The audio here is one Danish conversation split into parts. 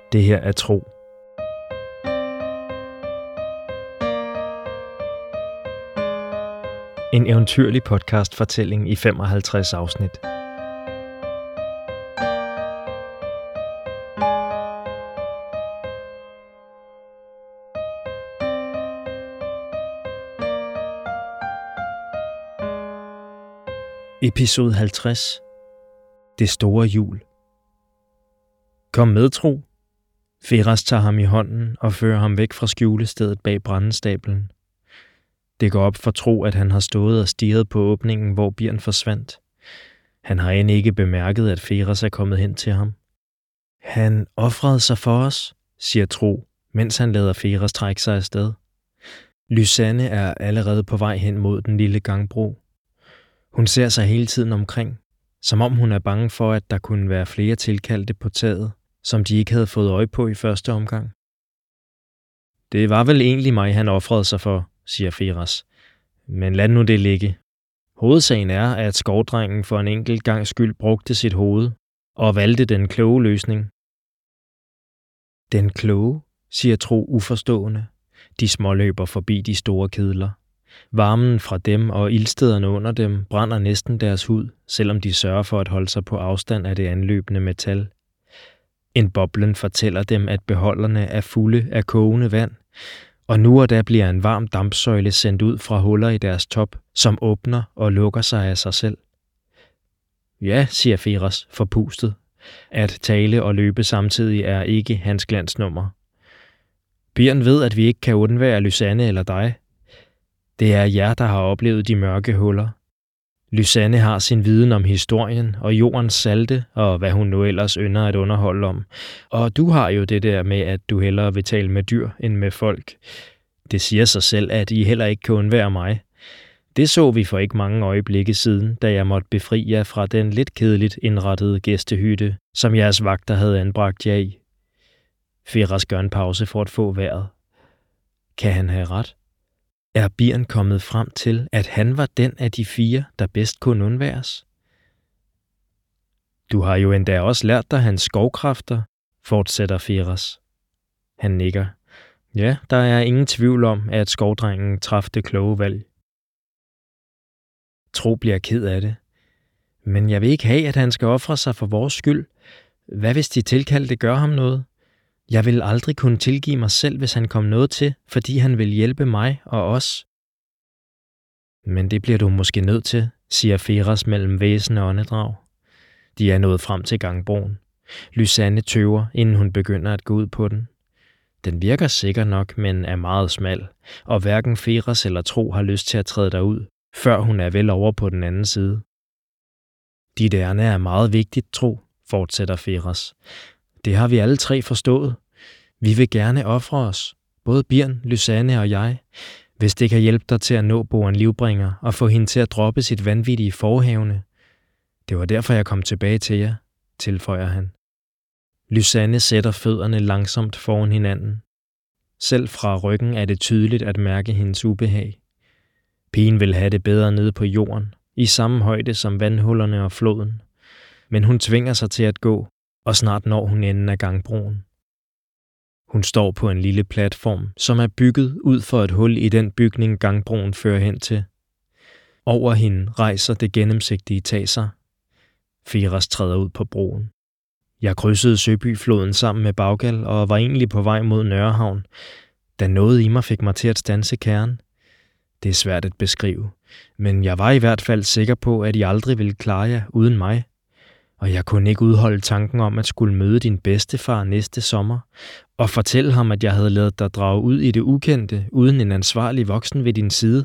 Det her er Tro. En eventyrlig podcast-fortælling i 55 afsnit. Episode 50. Det store jul. Kom med, Tro. Firas tager ham i hånden og fører ham væk fra skjulestedet bag brændestablen. Det går op for Tro, at han har stået og stirret på åbningen, hvor Birn forsvandt. Han har end ikke bemærket, at Firas er kommet hen til ham. Han ofrede sig for os, siger Tro, mens han lader Firas trække sig afsted. Lysanne er allerede på vej hen mod den lille gangbro. Hun ser sig hele tiden omkring, som om hun er bange for, at der kunne være flere tilkaldte på taget, som de ikke havde fået øje på i første omgang. Det var vel egentlig mig, han ofrede sig for, siger Firas. Men lad nu det ligge. Hovedsagen er, at skovdrengen for en enkelt gangs skyld brugte sit hoved og valgte den kloge løsning. Den kloge, siger Tro uforstående. De småløber forbi de store kedler. Varmen fra dem og ildstederne under dem brænder næsten deres hud, selvom de sørger for at holde sig på afstand af det anløbende metal. En boblen fortæller dem, at beholderne er fulde af kogende vand, og nu og da bliver en varm dampsøjle sendt ud fra huller i deres top, som åbner og lukker sig af sig selv. Ja, siger Firas forpustet. At tale og løbe samtidig er ikke hans glansnummer. Birn ved, at vi ikke kan undvære Lysanne eller dig. Det er jer, der har oplevet de mørke huller. Lysanne har sin viden om historien og jordens salte og hvad hun nu ellers ynder at underholde om. Og du har jo det der med, at du hellere vil tale med dyr end med folk. Det siger sig selv, at I heller ikke kan undvære mig. Det så vi for ikke mange øjeblikke siden, da jeg måtte befri jer fra den lidt kedeligt indrettede gæstehytte, som jeres vagter havde anbragt jer i. Firas gør en pause for at få vejret. Kan han have ret? Er Birn kommet frem til, at han var den af de 4, der bedst kunne undværes? Du har jo endda også lært dig hans skovkræfter, fortsætter Firas. Han nikker. Ja, der er ingen tvivl om, at skovdrengen traf det kloge valg. Tro bliver ked af det. Men jeg vil ikke have, at han skal ofre sig for vores skyld. Hvad hvis de tilkaldte gør ham noget? Jeg vil aldrig kunne tilgive mig selv, hvis han kom noget til, fordi han vil hjælpe mig og os. Men det bliver du måske nødt til, siger Firas mellem væsende åndedrag. De er nået frem til gangbroen. Lysanne tøver, inden hun begynder at gå ud på den. Den virker sikker nok, men er meget smal, og hverken Firas eller Tro har lyst til at træde derud, før hun er vel over på den anden side. Dit ærne er meget vigtigt, Tro, fortsætter Firas. Det har vi alle 3 forstået. Vi vil gerne ofre os, både Birn, Lysanne og jeg, hvis det kan hjælpe dig til at nå Boren Livbringer og få hende til at droppe sit vanvittige forhavne. Det var derfor, jeg kom tilbage til jer, tilføjer han. Lysanne sætter fødderne langsomt foran hinanden. Selv fra ryggen er det tydeligt at mærke hendes ubehag. Pigen vil have det bedre nede på jorden, i samme højde som vandhullerne og floden. Men hun tvinger sig til at gå, og snart når hun enden af gangbroen. Hun står på en lille platform, som er bygget ud for et hul i den bygning, gangbroen fører hen til. Over hende rejser det gennemsigtige tag sig. Firas træder ud på broen. Jeg krydsede Søbyfloden sammen med Baggal og var egentlig på vej mod Nørrehavn, da noget i mig fik mig til at standse kæren. Det er svært at beskrive, men jeg var i hvert fald sikker på, at I aldrig ville klare jer uden mig. Og jeg kunne ikke udholde tanken om at skulle møde din bedstefar næste sommer og fortælle ham, at jeg havde ladet dig drage ud i det ukendte uden en ansvarlig voksen ved din side.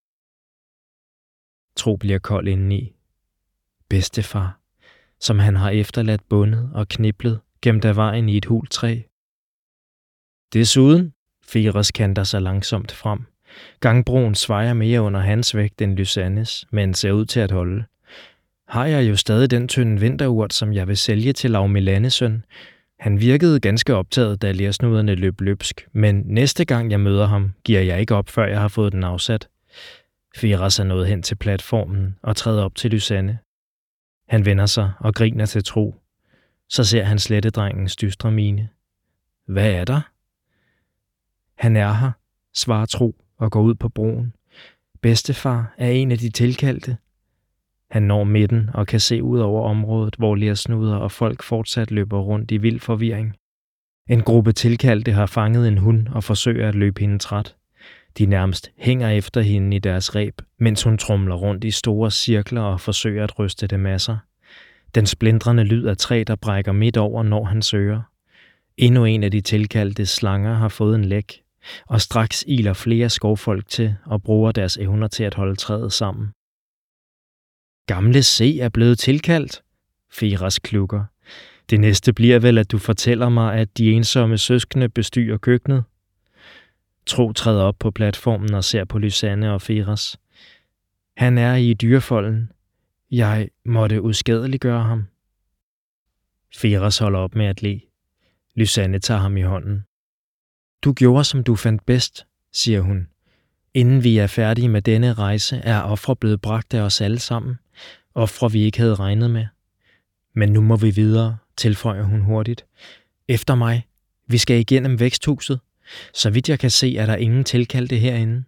Tro bliver kold indeni. Bedstefar, som han har efterladt bundet og kniblet gemt af vejen i et hult træ. Desuden, Firas kanter sig langsomt frem. Gangbroen svejer mere under hans vægt end Lysannes, men ser ud til at holde. Har jeg jo stadig den tynde vinterurt, som jeg vil sælge til Lav Melannesøn. Han virkede ganske optaget, da lersnuderne løb løbsk, men næste gang jeg møder ham, giver jeg ikke op, før jeg har fået den afsat. Firas er nået hen til platformen og træder op til Lysanne. Han vender sig og griner til Tro. Så ser han slettedrengens dystre mine. Hvad er der? Han er her, svarer Tro og går ud på broen. Bedstefar er en af de tilkaldte. Han når midten og kan se ud over området, hvor lersnuder og folk fortsat løber rundt i vild forvirring. En gruppe tilkaldte har fanget en hund og forsøger at løbe hende træt. De nærmest hænger efter hende i deres reb, mens hun tromler rundt i store cirkler og forsøger at ryste dem af sig. Den splindrende lyd af træ, der brækker midt over, når han søger. Endnu en af de tilkaldte slanger har fået en læk, og straks iler flere skovfolk til og bruger deres evner til at holde træet sammen. Gamle C er blevet tilkaldt, Firas klukker. Det næste bliver vel, at du fortæller mig, at de ensomme søskende bestyrer køkkenet. Tro træder op på platformen og ser på Lysanne og Firas. Han er i dyrefolden. Jeg måtte uskadeliggøre ham. Firas holder op med at le. Lysanne tager ham i hånden. Du gjorde, som du fandt bedst, siger hun. Inden vi er færdige med denne rejse, er ofre blevet bragt af os alle sammen. Ofre, vi ikke havde regnet med. Men nu må vi videre, tilføjer hun hurtigt. Efter mig. Vi skal igennem væksthuset. Så vidt jeg kan se, er der ingen tilkaldte herinde.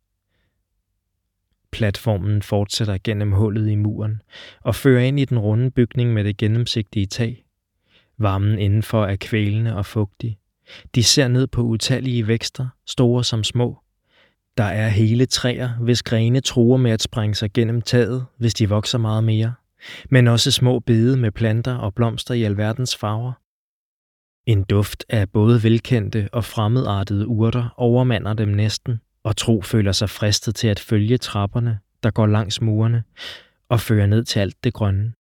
Platformen fortsætter gennem hullet i muren og fører ind i den runde bygning med det gennemsigtige tag. Varmen indenfor er kvælende og fugtig. De ser ned på utallige vækster, store som små. Der er hele træer, hvis grene truer med at sprænge sig gennem taget, hvis de vokser meget mere. Men også små bede med planter og blomster i alverdens farver. En duft af både velkendte og fremmedartede urter overmander dem næsten, og Tro føler sig fristet til at følge trapperne, der går langs murene, og fører ned til alt det grønne.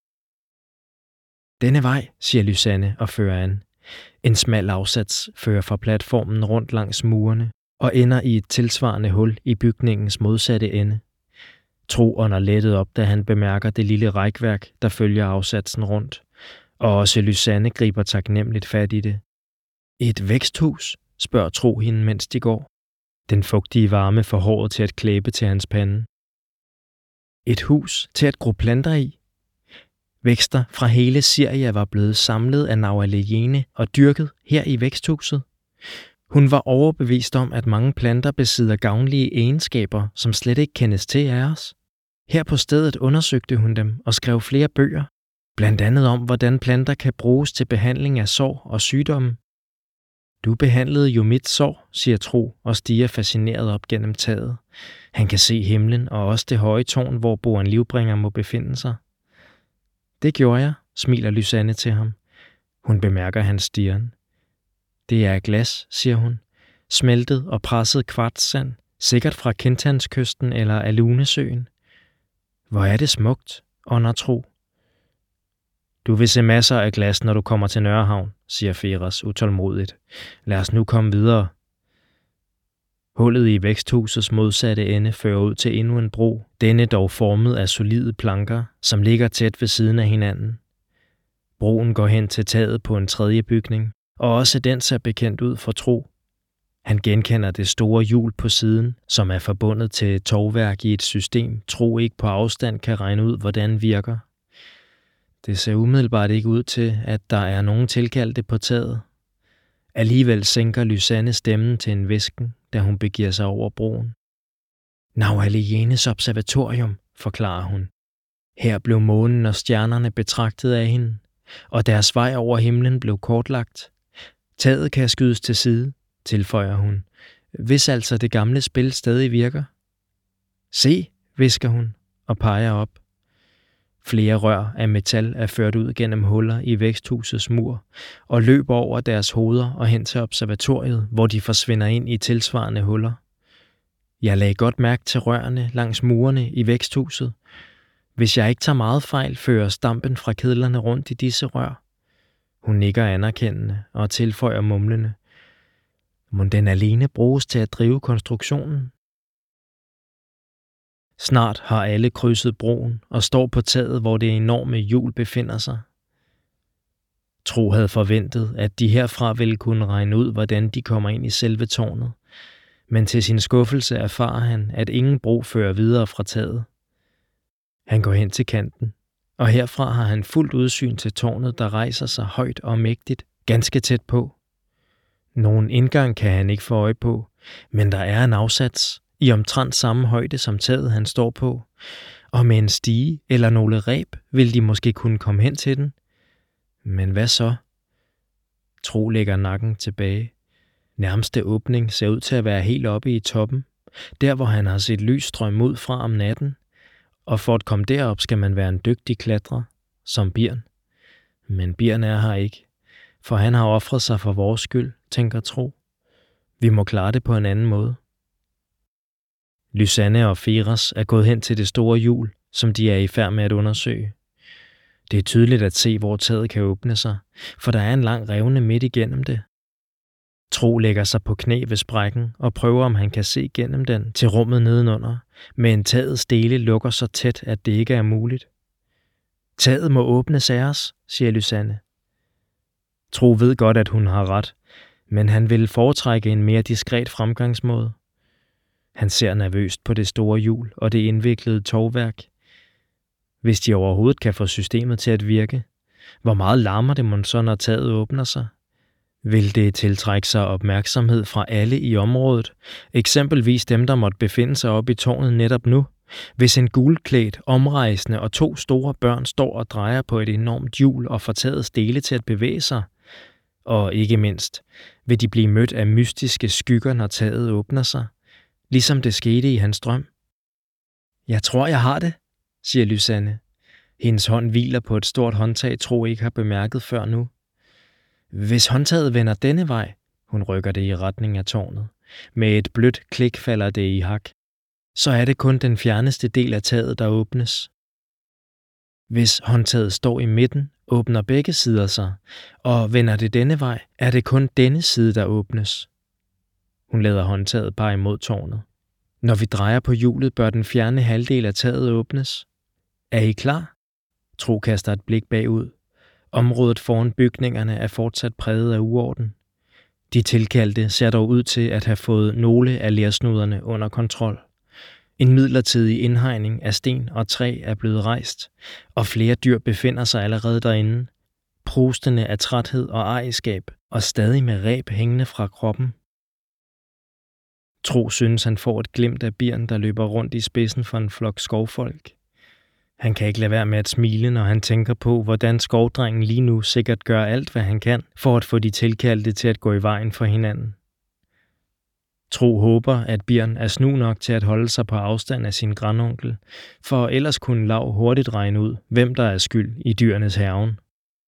Denne vej, siger Lysanne og fører an. En smal afsats fører fra platformen rundt langs murene og ender i et tilsvarende hul i bygningens modsatte ende. Tro ånder lettet op, da han bemærker det lille rækværk, der følger afsatsen rundt, og også Lysanne griber taknemmeligt fat i det. Et væksthus, spørger Tro hende, mens de går. Den fugtige varme får håret til at klæbe til hans pande. Et hus til at gro planter i. Vækster fra hele Syria var blevet samlet af Naualejene og dyrket her i væksthuset. Hun var overbevist om, at mange planter besidder gavnlige egenskaber, som slet ikke kendes til af os. Her på stedet undersøgte hun dem og skrev flere bøger, blandt andet om, hvordan planter kan bruges til behandling af sår og sygdomme. Du behandlede jo mit sår, siger Tro og stiger fascineret op gennem taget. Han kan se himlen og også det høje tårn, hvor Boan Livbringer må befinde sig. Det gjorde jeg, smiler Lysanne til ham. Hun bemærker hans stirren. Det er glas, siger hun. Smeltet og presset kvartssand, sikkert fra Kintanskysten eller Alunesøen. Hvor er det smukt, ånder Tro. Du vil se masser af glas, når du kommer til Nørrehavn, siger Firas utålmodigt. Lad os nu komme videre. Hullet i væksthusets modsatte ende fører ud til endnu en bro, denne dog formet af solide planker, som ligger tæt ved siden af hinanden. Broen går hen til taget på en tredje bygning, og også den ser bekendt ud for Tro. Han genkender det store hjul på siden, som er forbundet til et tovværk i et system, Tro ikke på afstand kan regne ud, hvordan virker. Det ser umiddelbart ikke ud til, at der er nogen tilkaldte på taget. Alligevel sænker Lysanne stemmen til en hvisken, da hun begiver sig over broen. Naualejenes observatorium, forklarer hun. Her blev månen og stjernerne betragtet af hende, og deres vej over himlen blev kortlagt. Taget kan skydes til side, tilføjer hun, hvis altså det gamle spil stadig virker. Se, hvisker hun og peger op. Flere rør af metal er ført ud gennem huller i væksthusets mur og løber over deres hoveder og hen til observatoriet, hvor de forsvinder ind i tilsvarende huller. Jeg lagde godt mærke til rørene langs murene i væksthuset. Hvis jeg ikke tager meget fejl, fører stampen fra kedlerne rundt i disse rør. Hun nikker anerkendende og tilføjer mumlende. Må den alene bruges til at drive konstruktionen? Snart har alle krydset broen og står på taget, hvor det enorme hjul befinder sig. Tro havde forventet, at de herfra ville kunne regne ud, hvordan de kommer ind i selve tårnet. Men til sin skuffelse erfarer han, at ingen bro fører videre fra taget. Han går hen til kanten, og herfra har han fuldt udsyn til tårnet, der rejser sig højt og mægtigt, ganske tæt på. Nogen indgang kan han ikke få øje på, men der er en afsats i omtrent samme højde som taget, han står på, og med en stige eller nogle reb vil de måske kunne komme hen til den. Men hvad så? Tro lægger nakken tilbage. Nærmeste åbning ser ud til at være helt oppe i toppen, der hvor han har set lys strømme ud fra om natten, og for at komme derop skal man være en dygtig klatrer, som Birn. Men Birn er her ikke, for han har ofret sig for vores skyld, tænker Tro. Vi må klare det på en anden måde. Lysanne og Firas er gået hen til det store hjul, som de er i færd med at undersøge. Det er tydeligt at se, hvor taget kan åbne sig, for der er en lang revne midt igennem det. Tro lægger sig på knæ ved sprækken og prøver, om han kan se gennem den til rummet nedenunder, men tagets dele lukker så tæt, at det ikke er muligt. Taget må åbnes af os, siger Lysanne. Tro ved godt, at hun har ret, men han vil foretrække en mere diskret fremgangsmåde. Han ser nervøst på det store hjul og det indviklede tovværk. Hvis de overhovedet kan få systemet til at virke, hvor meget larmer det mon så, når taget åbner sig? Vil det tiltrække sig opmærksomhed fra alle i området, eksempelvis dem, der måtte befinde sig oppe i tårnet netop nu, hvis en gulklædt, omrejsende og 2 store børn står og drejer på et enormt hjul og får tagets dele til at bevæge sig? Og ikke mindst, vil de blive mødt af mystiske skygger, når taget åbner sig, ligesom det skete i hans drøm? Jeg tror, jeg har det, siger Lysanne. Hendes hånd hviler på et stort håndtag, Tro ikke har bemærket før nu. Hvis håndtaget vender denne vej, hun rykker det i retning af tårnet. Med et blødt klik falder det i hak. Så er det kun den fjerneste del af taget, der åbnes. Hvis håndtaget står i midten, åbner begge sider sig, og vender det denne vej, er det kun denne side, der åbnes. Hun lader håndtaget pege imod tårnet. Når vi drejer på hjulet, bør den fjerne halvdel af taget åbnes. Er I klar? Tro kaster et blik bagud. Området foran bygningerne er fortsat præget af uorden. De tilkaldte ser dog ud til at have fået nogle af lersnuderne under kontrol. En midlertidig indhegning af sten og træ er blevet rejst, og flere dyr befinder sig allerede derinde, prustende af træthed og ejerskab, og stadig med reb hængende fra kroppen. Tro synes, han får et glimt af Birn, der løber rundt i spidsen for en flok skovfolk. Han kan ikke lade være med at smile, når han tænker på, hvordan skovdrengen lige nu sikkert gør alt, hvad han kan, for at få de tilkaldte til at gå i vejen for hinanden. Tro håber, at Birn er snu nok til at holde sig på afstand af sin grandonkel, for ellers kunne Lav hurtigt regne ud, hvem der er skyld i dyrenes hærgen.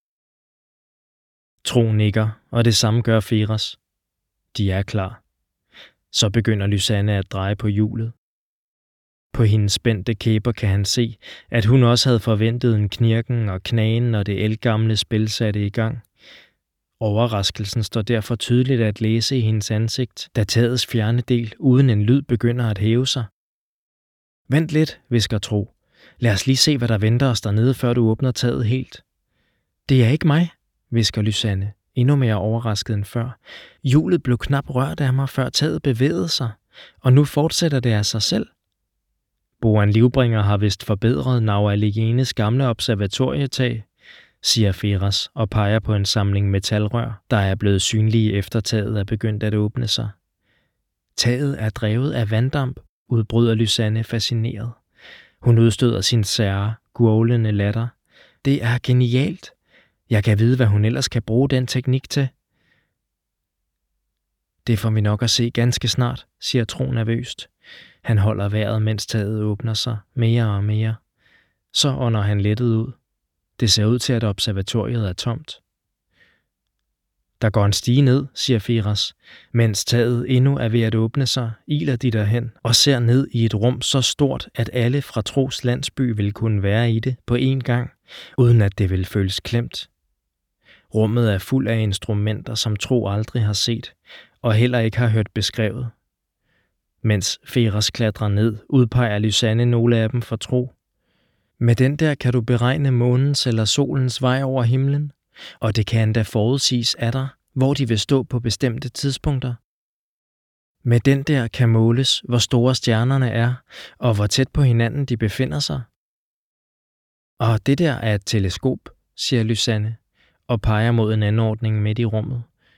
Tro nikker, og det samme gør Firas. De er klar. Så begynder Lysanne at dreje på hjulet. På hendes spændte kæber kan han se, at hun også havde forventet en knirken og knagen, når det ældgamle spil satte i gang. Overraskelsen står derfor tydeligt at læse i hendes ansigt, da tagets fjerne del uden en lyd begynder at hæve sig. Vent lidt, hvisker Tro. Lad os lige se, hvad der venter os dernede, før du åbner taget helt. Det er ikke mig, hvisker Lysanne, endnu mere overrasket end før. Hjulet blev knap rørt af mig, før taget bevægede sig, og nu fortsætter det af sig selv. Boan Livbringer har vist forbedret Nava Legenes gamle observatorietag, siger Firas og peger på en samling metalrør, der er blevet synlige efter taget er begyndt at åbne sig. Taget er drevet af vanddamp, udbryder Lysanne fascineret. Hun udstøder sin sære, gurglende latter. Det er genialt. Jeg kan vide, hvad hun ellers kan bruge den teknik til. Det får vi nok at se ganske snart, siger Tro nervøst. Han holder vejret, mens taget åbner sig mere og mere. Så ånder han lettet ud. Det ser ud til, at observatoriet er tomt. Der går en stige ned, siger Firas. Mens taget endnu er ved at åbne sig, iler de derhen og ser ned i et rum så stort, at alle fra Tros landsby vil kunne være i det på én gang, uden at det vil føles klemt. Rummet er fuld af instrumenter, som Tro aldrig har set, og heller ikke har hørt beskrevet. Mens Firas klatrer ned, udpeger Lysanne nogle af dem for Tro. Med den der kan du beregne månens eller solens vej over himlen, og det kan endda forudsiges af dig, hvor de vil stå på bestemte tidspunkter. Med den der kan måles, hvor store stjernerne er, og hvor tæt på hinanden de befinder sig. Og det der er et teleskop, siger Lysanne, og peger mod en anordning midt i rummet.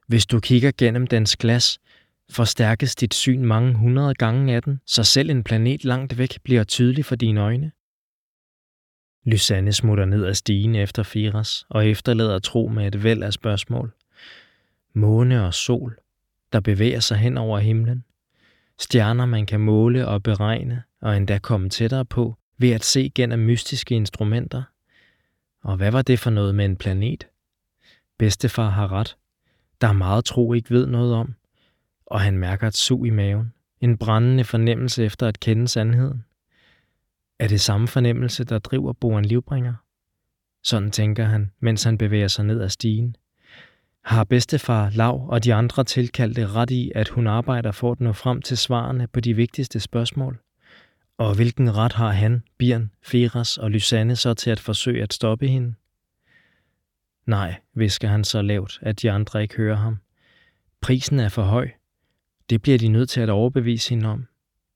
Hvis du kigger gennem dens glas, forstærkes dit syn mange 100 gange af den, så selv en planet langt væk bliver tydelig for dine øjne. Lysanne smutter ned ad stigen efter Firas og efterlader Tro med et væld af spørgsmål. Måne og sol, der bevæger sig hen over himlen. Stjerner, man kan måle og beregne og endda komme tættere på ved at se gennem mystiske instrumenter. Og hvad var det for noget med en planet? Bedstefar har ret. Der er meget Tro ikke ved noget om, og han mærker et sug i maven. En brændende fornemmelse efter at kende sandheden. Er det samme fornemmelse, der driver Boan Livbringer? Sådan tænker han, mens han bevæger sig ned ad stigen. Har bedstefar, Lav og de andre tilkaldte ret i, at hun arbejder for at nå frem til svarene på de vigtigste spørgsmål? Og hvilken ret har han, Birn, Firas og Lysanne så til at forsøge at stoppe hende? Nej, hvisker han så lavt, at de andre ikke hører ham. Prisen er for høj. Det bliver de nødt til at overbevise hende om.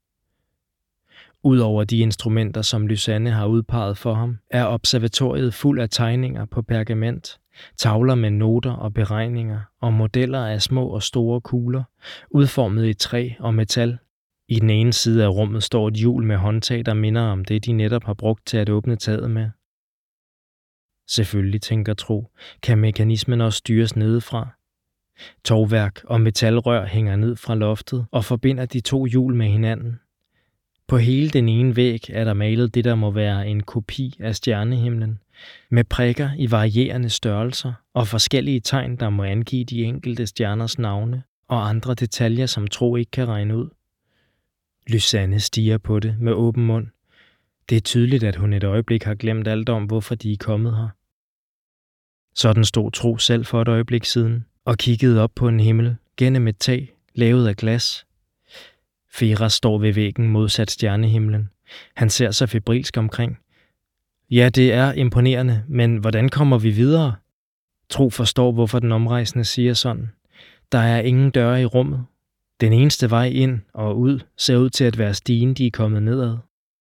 Udover de instrumenter, som Lysanne har udpeget for ham, er observatoriet fuld af tegninger på pergament, tavler med noter og beregninger og modeller af små og store kugler, udformet i træ og metal. I den ene side af rummet står et hjul med håndtag, der minder om det, de netop har brugt til at åbne taget med. Selvfølgelig, tænker Tro, kan mekanismen også styres nedefra. Tovværk og metalrør hænger ned fra loftet og forbinder de to hjul med hinanden. På hele den ene væg er der malet det, der må være en kopi af stjernehimlen, med prikker i varierende størrelser og forskellige tegn, der må angive de enkelte stjerners navne og andre detaljer, som Tro ikke kan regne ud. Lysanne stiger på det med åben mund. Det er tydeligt, at hun et øjeblik har glemt alt om, hvorfor de er kommet her. Sådan stod Tro selv for et øjeblik siden og kiggede op på en himmel gennem et tag lavet af glas. Firas står ved væggen modsat stjernehimlen. Han ser sig febrilsk omkring. Ja, det er imponerende, men hvordan kommer vi videre? Tro forstår, hvorfor den omrejsende siger sådan. Der er ingen døre i rummet. Den eneste vej ind og ud ser ud til at være stigen, de er kommet nedad.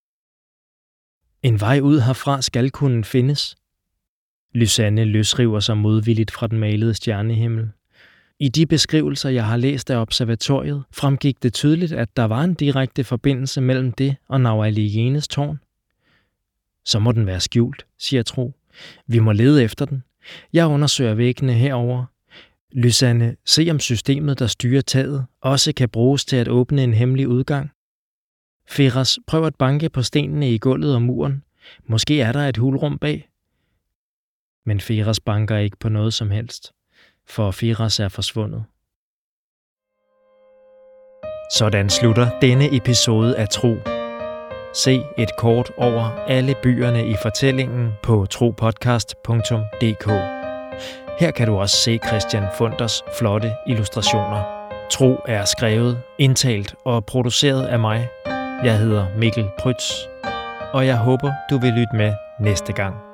En vej ud herfra skal kunne findes. Lysanne løsriver sig modvilligt fra den malede stjernehimmel. I de beskrivelser, jeg har læst af observatoriet, fremgik det tydeligt, at der var en direkte forbindelse mellem det og Naualienes tårn. Så må den være skjult, siger Tro. Vi må lede efter den. Jeg undersøger væggene herover. Lysanne, se om systemet, der styrer taget, også kan bruges til at åbne en hemmelig udgang. Firas, prøv at banke på stenene i gulvet og muren. Måske er der et hulrum bag. Men Firas banker ikke på noget som helst, for Firas er forsvundet. Sådan slutter denne episode af Tro. Se et kort over alle byerne i fortællingen på tropodcast.dk. Her kan du også se Christian Funders flotte illustrationer. Tro er skrevet, indtalt og produceret af mig. Jeg hedder Mikkel Prytz, og jeg håber, du vil lytte med næste gang.